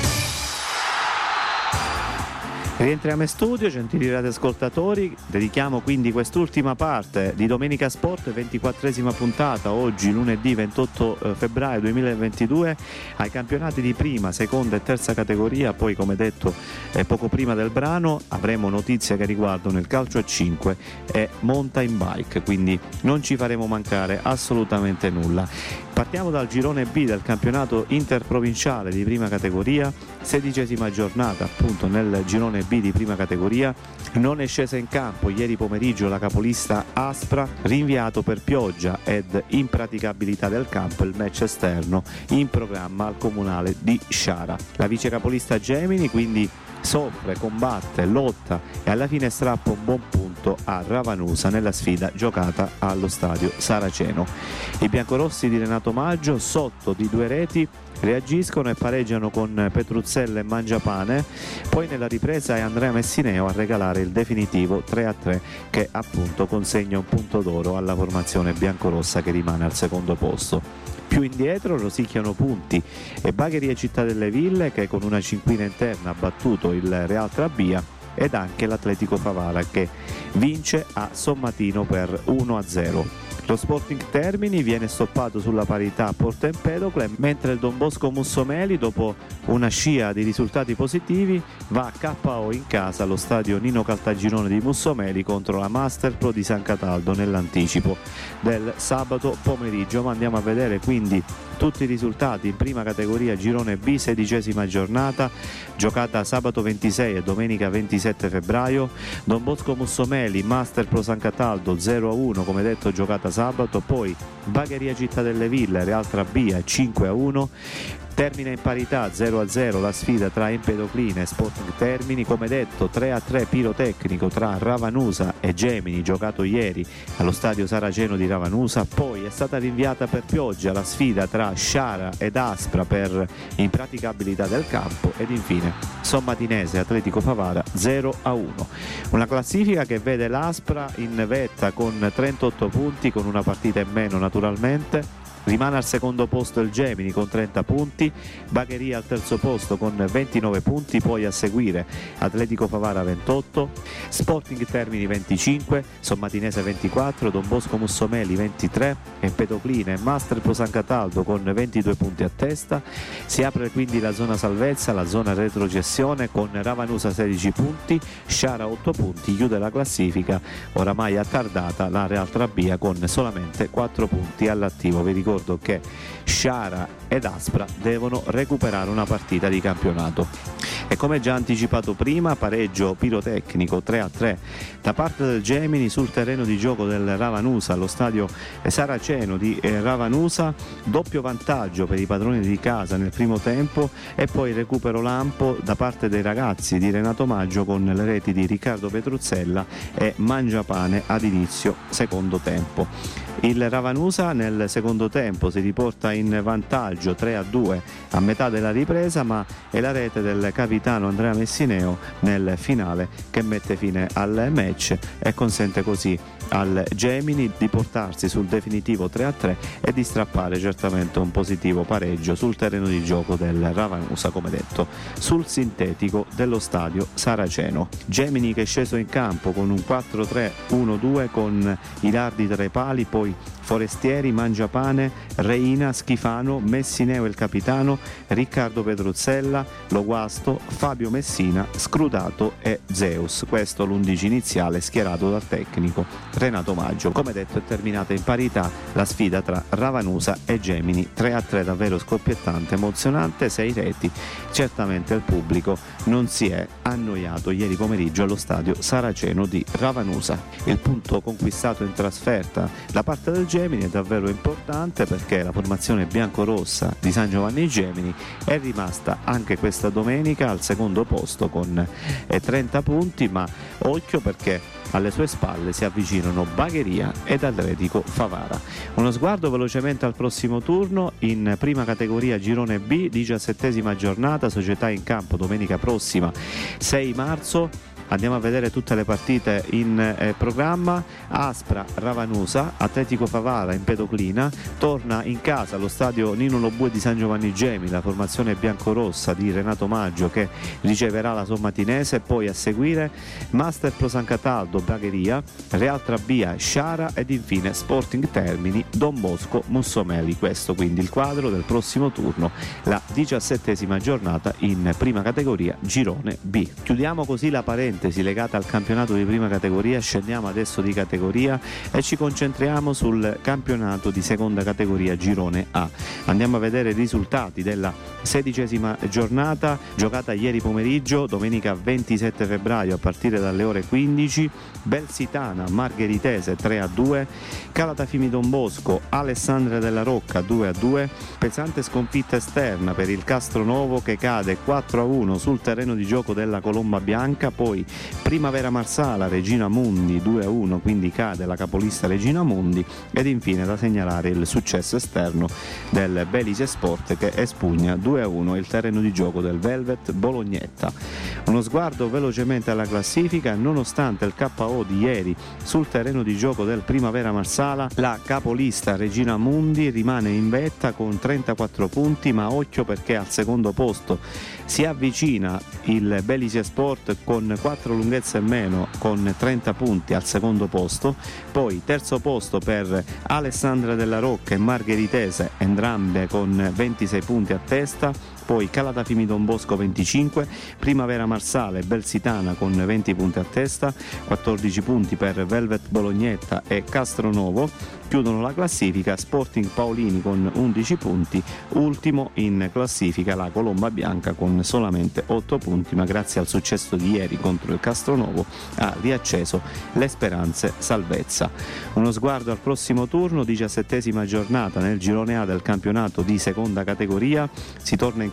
Rientriamo in studio, gentili radioascoltatori, dedichiamo quindi quest'ultima parte di Domenica Sport, 24esima puntata, oggi lunedì 28 febbraio 2022, ai campionati di prima, seconda e terza categoria. Poi, come detto poco prima del brano, avremo notizie che riguardano il calcio a 5 e mountain bike, quindi non ci faremo mancare assolutamente nulla. Partiamo dal girone B del campionato interprovinciale di prima categoria, 16esima giornata appunto nel girone B di prima categoria. Non è scesa in campo ieri pomeriggio la capolista Aspra, rinviato per pioggia ed impraticabilità del campo il match esterno in programma al comunale di Sciara. La vicecapolista Gemini quindi soffre, combatte, lotta e alla fine strappa un buon punto a Ravanusa nella sfida giocata allo stadio Saraceno. I biancorossi di Renato Maggio, sotto di 2 reti, reagiscono e pareggiano con Petruzzella e Mangiapane. Poi nella ripresa è Andrea Messineo a regalare il definitivo 3-3 che appunto consegna un punto d'oro alla formazione biancorossa che rimane al secondo posto. Più indietro rosicchiano punti e Bagheria Città delle Ville, che con una cinquina interna ha battuto il Real Trabia, ed anche l'Atletico Favara che vince a Sommatino per 1-0. Lo Sporting Termini viene stoppato sulla parità a Porto Empedocle, mentre il Don Bosco Mussomeli, dopo una scia di risultati positivi, va a KO in casa allo stadio Nino Caltagirone di Mussomeli contro la Master Pro di San Cataldo nell'anticipo del sabato pomeriggio. Ma andiamo a vedere quindi tutti i risultati in prima categoria girone B, 16esima giornata, giocata sabato 26 e domenica 27 febbraio. Don Bosco Mussomeli, Master Pro San Cataldo 0-1, come detto giocata sabato. Poi Bagheria Città delle Ville, Real Trabia 5-1. Termina in parità 0-0 la sfida tra Empedocline e Sporting Termini, come detto 3-3 pirotecnico tra Ravanusa e Gemini giocato ieri allo stadio Saraceno di Ravanusa. Poi è stata rinviata per pioggia la sfida tra Sciara ed Aspra per impraticabilità del campo, ed infine Sommatinese Atletico Favara 0-1. Una classifica che vede l'Aspra in vetta con 38 punti, con una partita in meno naturalmente, Rimane al secondo posto il Gemini con 30 punti, Bagheria al terzo posto con 29 punti, poi a seguire Atletico Favara 28, Sporting Termini 25, Sommatinese 24, Don Bosco Mussomeli 23, Empedoclina e Master Pro San Cataldo con 22 punti a testa. Si apre quindi la zona salvezza, la zona retrocessione con Ravanusa 16 punti, Sciara 8 punti, chiude la classifica oramai attardata la Real Trabia con solamente 4 punti all'attivo. Vi ricordo che Sciara ed Aspra devono recuperare una partita di campionato. E come già anticipato prima, pareggio pirotecnico 3-3 da parte del Gemini sul terreno di gioco del Ravanusa allo stadio Saraceno di Ravanusa, doppio vantaggio per i padroni di casa nel primo tempo e poi recupero lampo da parte dei ragazzi di Renato Maggio con le reti di Riccardo Petruzzella e Mangiapane ad inizio secondo tempo. Il Ravanusa nel secondo tempo si riporta in vantaggio 3-2 a metà della ripresa, ma è la rete del capitano Andrea Messineo nel finale che mette fine al match e consente così al Gemini di portarsi sul definitivo 3-3 e di strappare certamente un positivo pareggio sul terreno di gioco del Ravanusa, come detto, sul sintetico dello stadio Saraceno. Gemini che è sceso in campo con un 4-3-1-2 con Ilardi tra i pali, poi Forestieri, Mangiapane, Reina, Schifano, Messineo il capitano, Riccardo Petruzzella, Loguasto, Fabio Messina, Scrutato e Zeus. Questo l'11 iniziale schierato dal tecnico Renato Maggio. Come detto, è terminata in parità la sfida tra Ravanusa e Gemini, 3-3 davvero scoppiettante, emozionante, 6 reti. Certamente il pubblico non si è annoiato ieri pomeriggio allo stadio Saraceno di Ravanusa. Il punto conquistato in trasferta da parte del Gemini è davvero importante perché la formazione biancorossa di San Giovanni Gemini è rimasta anche questa domenica al secondo posto con 30 punti, ma occhio perché alle sue spalle si avvicinano Bagheria ed Atletico Favara. Uno sguardo velocemente al prossimo turno in prima categoria Girone B, 17ª giornata, società in campo domenica prossima 6 marzo. Andiamo a vedere tutte le partite in programma. Aspra Ravanusa, Atletico Favara Empedoclina, torna in casa allo stadio Nino Lobue di San Giovanni Gemini la formazione biancorossa di Renato Maggio che riceverà la Sommatinese, poi a seguire Master Pro San Cataldo Bagheria, Real Trabia Sciara ed infine Sporting Termini Don Bosco Mussomeli. Questo quindi il quadro del prossimo turno, la 17ª giornata in prima categoria Girone B. Chiudiamo così la parentesi legata al campionato di prima categoria, scendiamo adesso di categoria e ci concentriamo sul campionato di seconda categoria Girone A. Andiamo a vedere i risultati della 16ª giornata giocata ieri pomeriggio, domenica 27 febbraio a partire dalle ore 15. Belsitana Margheritese 3-2, Calatafimi Don Bosco Alessandria della Rocca 2-2, pesante sconfitta esterna per il Castronovo che cade 4-1 sul terreno di gioco della Colomba Bianca, poi Primavera Marsala Regina Mundi 2-1, quindi cade la capolista Regina Mundi, ed infine da segnalare il successo esterno del Belice Sport che espugna 2-1 il terreno di gioco del Velvet Bolognetta. Uno sguardo velocemente alla classifica: nonostante il KO di ieri sul terreno di gioco del Primavera Marsala, la capolista Regina Mundi rimane in vetta con 34 punti, ma occhio perché al secondo posto si avvicina il Belice Sport con 4 lunghezze in meno con 30 punti al secondo posto, poi terzo posto per Alessandria della Rocca e Margheritese, entrambe con 26 punti a testa, poi Calatafimi Don Bosco 25, Primavera Marsala e Belsitana con 20 punti a testa, 14 punti per Velvet Bolognetta e Castronovo. Chiudono la classifica Sporting Paolini con 11 punti, ultimo in classifica la Colomba Bianca con solamente 8 punti, ma grazie al successo di ieri contro il Castronovo ha riacceso le speranze salvezza. Uno sguardo al prossimo turno, 17ª giornata nel girone A del campionato di seconda categoria, si torna in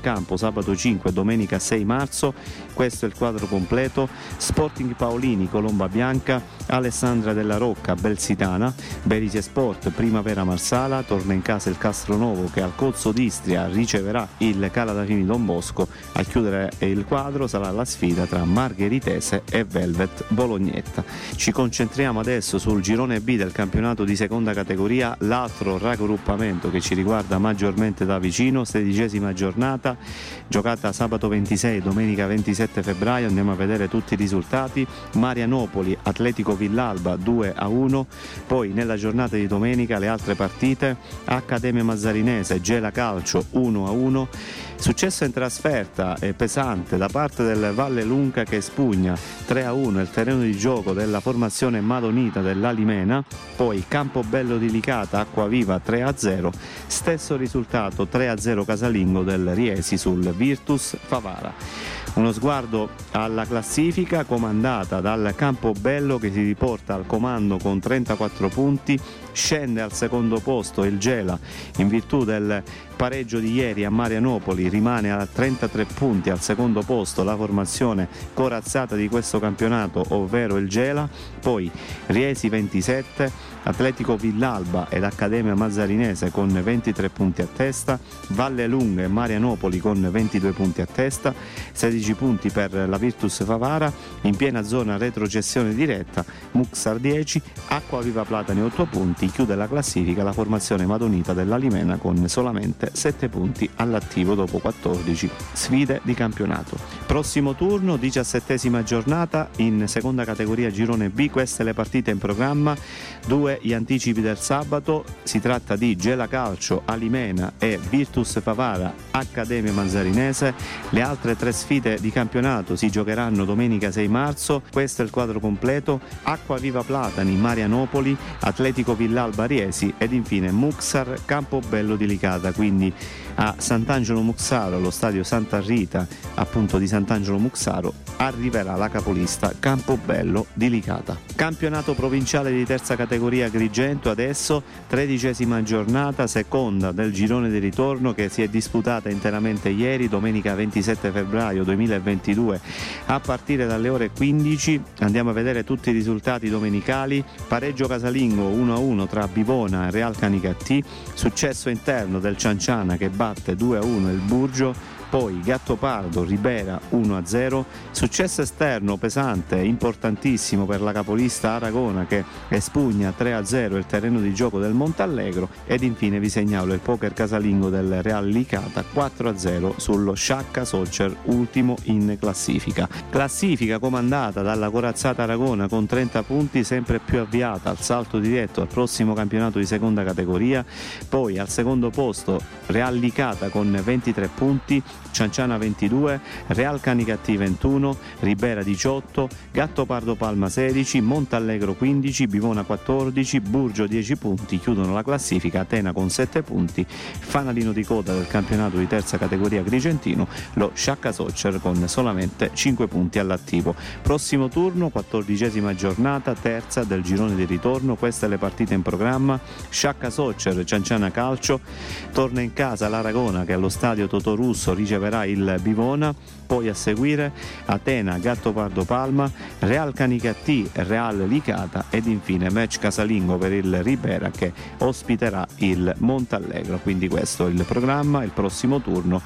campo sabato 5 e domenica 6 marzo. Questo è il quadro completo. Sporting Paolini, Colomba Bianca, Alessandra della Rocca, Belsitana, Belice Sport, Primavera Marsala, torna in casa il Castronovo che al Cozzo d'Istria riceverà il Calatafimi Don Bosco. A chiudere il quadro sarà la sfida tra Margheritese e Velvet Bolognetta. Ci concentriamo adesso sul girone B del campionato di seconda categoria, l'altro raggruppamento che ci riguarda maggiormente da vicino, 16ª giornata, giocata sabato 26 domenica 27 febbraio. Andiamo a vedere tutti i risultati. Marianopoli Atletico Villalba 2-1, poi nella giornata di domenica le altre partite: Accademia Mazzarinese Gela Calcio 1-1. Successo in trasferta e pesante da parte del Valle Lunca che spugna 3-1 il terreno di gioco della formazione madonita dell'Alimena, poi Campobello di Licata Acquaviva 3-0, stesso risultato 3-0 casalingo del Riesi sul Virtus Favara. Uno sguardo alla classifica comandata dal Campobello che si riporta al comando con 34 punti, scende al secondo posto il Gela in virtù del pareggio di ieri a Marianopoli, rimane a 33 punti al secondo posto la formazione corazzata di questo campionato, ovvero il Gela, poi Riesi 27, Atletico Villalba ed Accademia Mazzarinese con 23 punti a testa, Valle Lunga e Marianopoli con 22 punti a testa, 16 punti per la Virtus Favara, in piena zona retrocessione diretta Muxar 10, Acquaviva Platani 8 punti, chiude la classifica la formazione madonita dell'Alimena con solamente 7 punti all'attivo dopo 14 sfide di campionato. Prossimo turno, 17ª giornata in seconda categoria girone B, queste le partite in programma, 2 gli anticipi del sabato, si tratta di Gela Calcio Alimena e Virtus Favara Accademia Mazzarinese. Le altre 3 sfide di campionato si giocheranno domenica 6 marzo, questo è il quadro completo: Acquaviva Platani Marianopoli, Atletico Villalba Riesi ed infine Muxar Campobello di Licata. Quindi a Sant'Angelo Muxaro, allo stadio Santa Rita appunto di Sant'Angelo Muxaro, arriverà la capolista Campobello di Licata. Campionato provinciale di terza categoria Agrigento adesso, 13ª giornata, seconda del girone di ritorno che si è disputata interamente ieri, domenica 27 febbraio 2022 a partire dalle ore 15. Andiamo a vedere tutti i risultati domenicali: pareggio casalingo 1-1 tra Bivona e Real Canicattì, successo interno del Cianciana che batte 2-1 il Burgio, poi Gattopardo Ribera 1-0, successo esterno pesante importantissimo per la capolista Aragona che espugna 3-0 il terreno di gioco del Montallegro, ed infine vi segnalo il poker casalingo del Real Licata 4-0 sullo Sciacca Soccer, ultimo in classifica comandata dalla corazzata Aragona con 30 punti, sempre più avviata al salto diretto al prossimo campionato di seconda categoria. Poi al secondo posto Real Licata con 23 punti, Cianciana 22, Real Canicattì 21, Ribera 18, Gattopardo Palma 16, Montallegro 15, Bivona 14, Burgio 10 punti, chiudono la classifica Atena con 7 punti, fanalino di coda del campionato di terza categoria agrigentino, lo Sciacca Soccer con solamente 5 punti all'attivo. Prossimo turno, 14ª giornata, terza del girone di ritorno, queste le partite in programma: Sciacca Soccer Cianciana Calcio, torna in casa l'Aragona che allo stadio Totorusso riceverà il Bivona, poi a seguire Atena Gattopardo Palma, Real Canicattì Real Licata ed infine match casalingo per il Ribera che ospiterà il Montallegro. Quindi questo è il programma, il prossimo turno,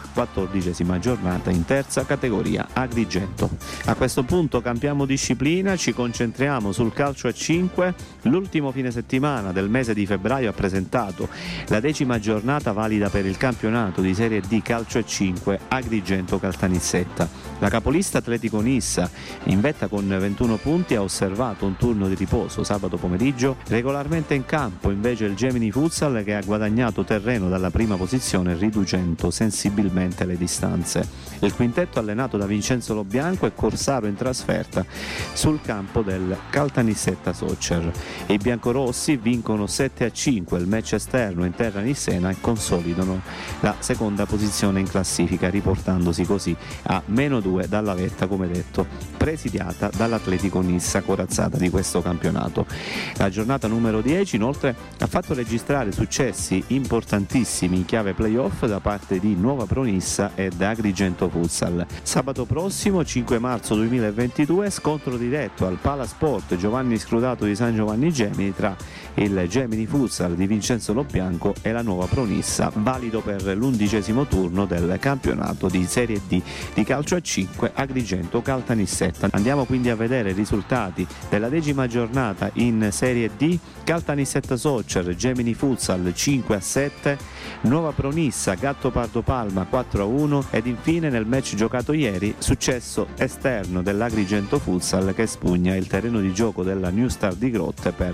14ª giornata in terza categoria Agrigento. A questo punto cambiamo disciplina, ci concentriamo sul calcio a 5. L'ultimo fine settimana del mese di febbraio ha presentato la 10ª giornata valida per il campionato di Serie D calcio a 5 Agrigento Caltanissetta. La capolista Atletico Nissa, in vetta con 21 punti, ha osservato un turno di riposo sabato pomeriggio. Regolarmente in campo invece il Gemini Futsal che ha guadagnato terreno dalla prima posizione riducendo sensibilmente le distanze. Il quintetto allenato da Vincenzo Lobianco è Corsaro in trasferta sul campo del Caltanissetta Soccer. I biancorossi vincono 7-5 il match esterno in terra nissena e consolidano la seconda posizione in classifica. classifica, riportandosi così a -2 dalla vetta, come detto, presidiata dall'Atletico Nissa, corazzata di questo campionato. La giornata numero 10 inoltre ha fatto registrare successi importantissimi in chiave playoff da parte di Nuova Pronissa ed Agrigento Futsal. Sabato prossimo, 5 marzo 2022, scontro diretto al Palasport Giovanni Scrutato di San Giovanni Gemini tra il Gemini Futsal di Vincenzo Loppianco e la Nuova Pronissa, valido per l'11° turno del campionato di Serie D di calcio a 5 Agrigento Caltanissetta. Andiamo quindi a vedere i risultati della 10ª giornata in Serie D. Caltanissetta Soccer Gemini Futsal 5-7, Nuova Pronissa Gattopardo Palma 4-1 ed infine nel match giocato ieri successo esterno dell'Agrigento Futsal che spugna il terreno di gioco della New Star di Grotte per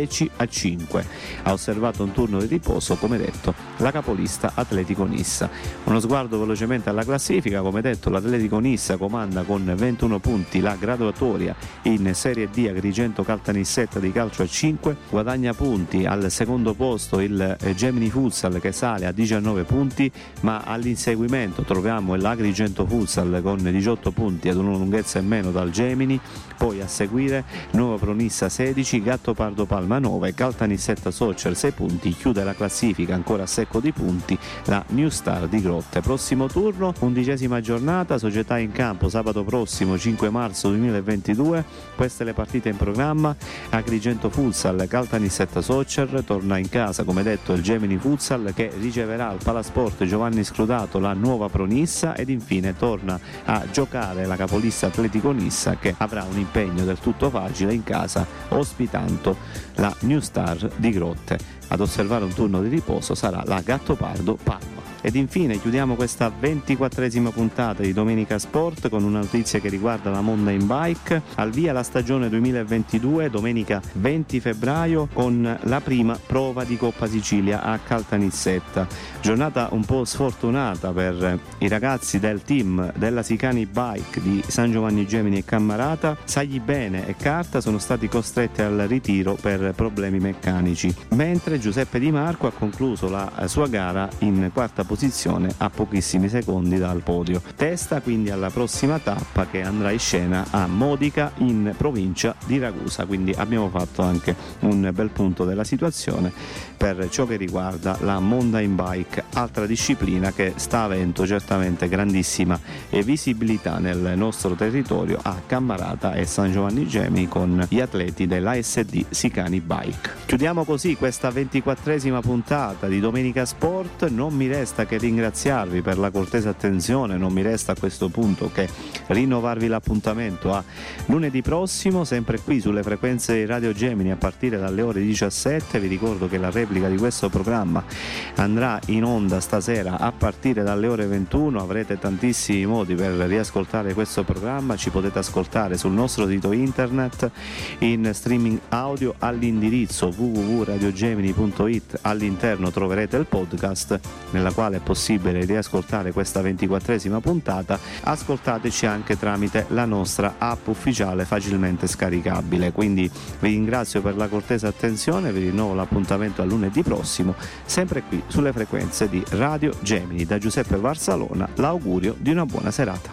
10-5. Ha osservato un turno di riposo, come detto, la capolista Atletico Nissa. Uno sguardo velocemente alla classifica. Come detto, l'Atletico Nissa comanda con 21 punti la graduatoria in Serie D. Agrigento Caltanissetta di calcio a 5 guadagna punti. Al secondo posto il Gemini Futsal che sale a 19 punti, ma all'inseguimento troviamo l'Agrigento Futsal con 18 punti ad una lunghezza in meno dal Gemini. Poi a seguire Nuova Pronissa 16, Gattopardo Palma 9, Caltanissetta Soccer 6 punti. Chiude la classifica ancora a secco di punti la New Star di Grotte. Prossimo turno, 11ª giornata, società in campo sabato prossimo 5 marzo 2022. Queste le partite in programma: Agrigento Futsal Caltanissetta Soccer, torna in casa come detto il Gemini Futsal che riceverà al Palasport Giovanni Scrutato la Nuova Pronissa ed infine torna a giocare la capolista Atletico Nissa che avrà un impegno del tutto facile in casa ospitando la New Star di Grotte. Ad osservare un turno di riposo sarà la Gattopardo Palma. Ed infine chiudiamo questa 24ª puntata di Domenica Sport con una notizia che riguarda la Mountain Bike. Al via la stagione 2022, domenica 20 febbraio con la prima prova di Coppa Sicilia a Caltanissetta. Giornata un po' sfortunata per i ragazzi del team della Sicani Bike di San Giovanni Gemini e Cammarata. Sagli Bene e Carta sono stati costretti al ritiro per problemi meccanici, mentre Giuseppe Di Marco ha concluso la sua gara in quarta posizione a pochissimi secondi dal podio. Testa quindi alla prossima tappa che andrà in scena a Modica in provincia di Ragusa, quindi abbiamo fatto anche un bel punto della situazione per ciò che riguarda la mountain bike, altra disciplina che sta avendo certamente grandissima visibilità nel nostro territorio a Cammarata e San Giovanni Gemini con gli atleti dell'ASD Sicani Bike. Chiudiamo così questa 24ª puntata di Domenica Sport. Non mi resta che ringraziarvi per la cortese attenzione, non mi resta a questo punto che rinnovarvi l'appuntamento a lunedì prossimo, sempre qui sulle frequenze di Radio Gemini a partire dalle ore 17. Vi ricordo che la replica di questo programma andrà in onda stasera a partire dalle ore 21. Avrete tantissimi modi per riascoltare questo programma, ci potete ascoltare sul nostro sito internet in streaming audio all'indirizzo www.radiogemini.it. all'interno troverete il podcast nella quale è possibile riascoltare questa 24ª puntata. Ascoltateci anche tramite la nostra app ufficiale facilmente scaricabile. Quindi vi ringrazio per la cortese attenzione, vi rinnovo l'appuntamento a lunedì prossimo, sempre qui sulle frequenze di Radio Gemini. Da Giuseppe Varsalona l'augurio di una buona serata.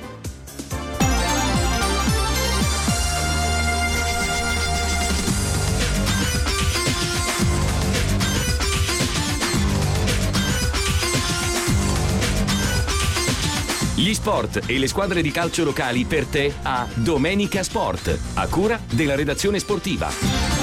Gli sport e le squadre di calcio locali per te a Domenica Sport, a cura della redazione sportiva.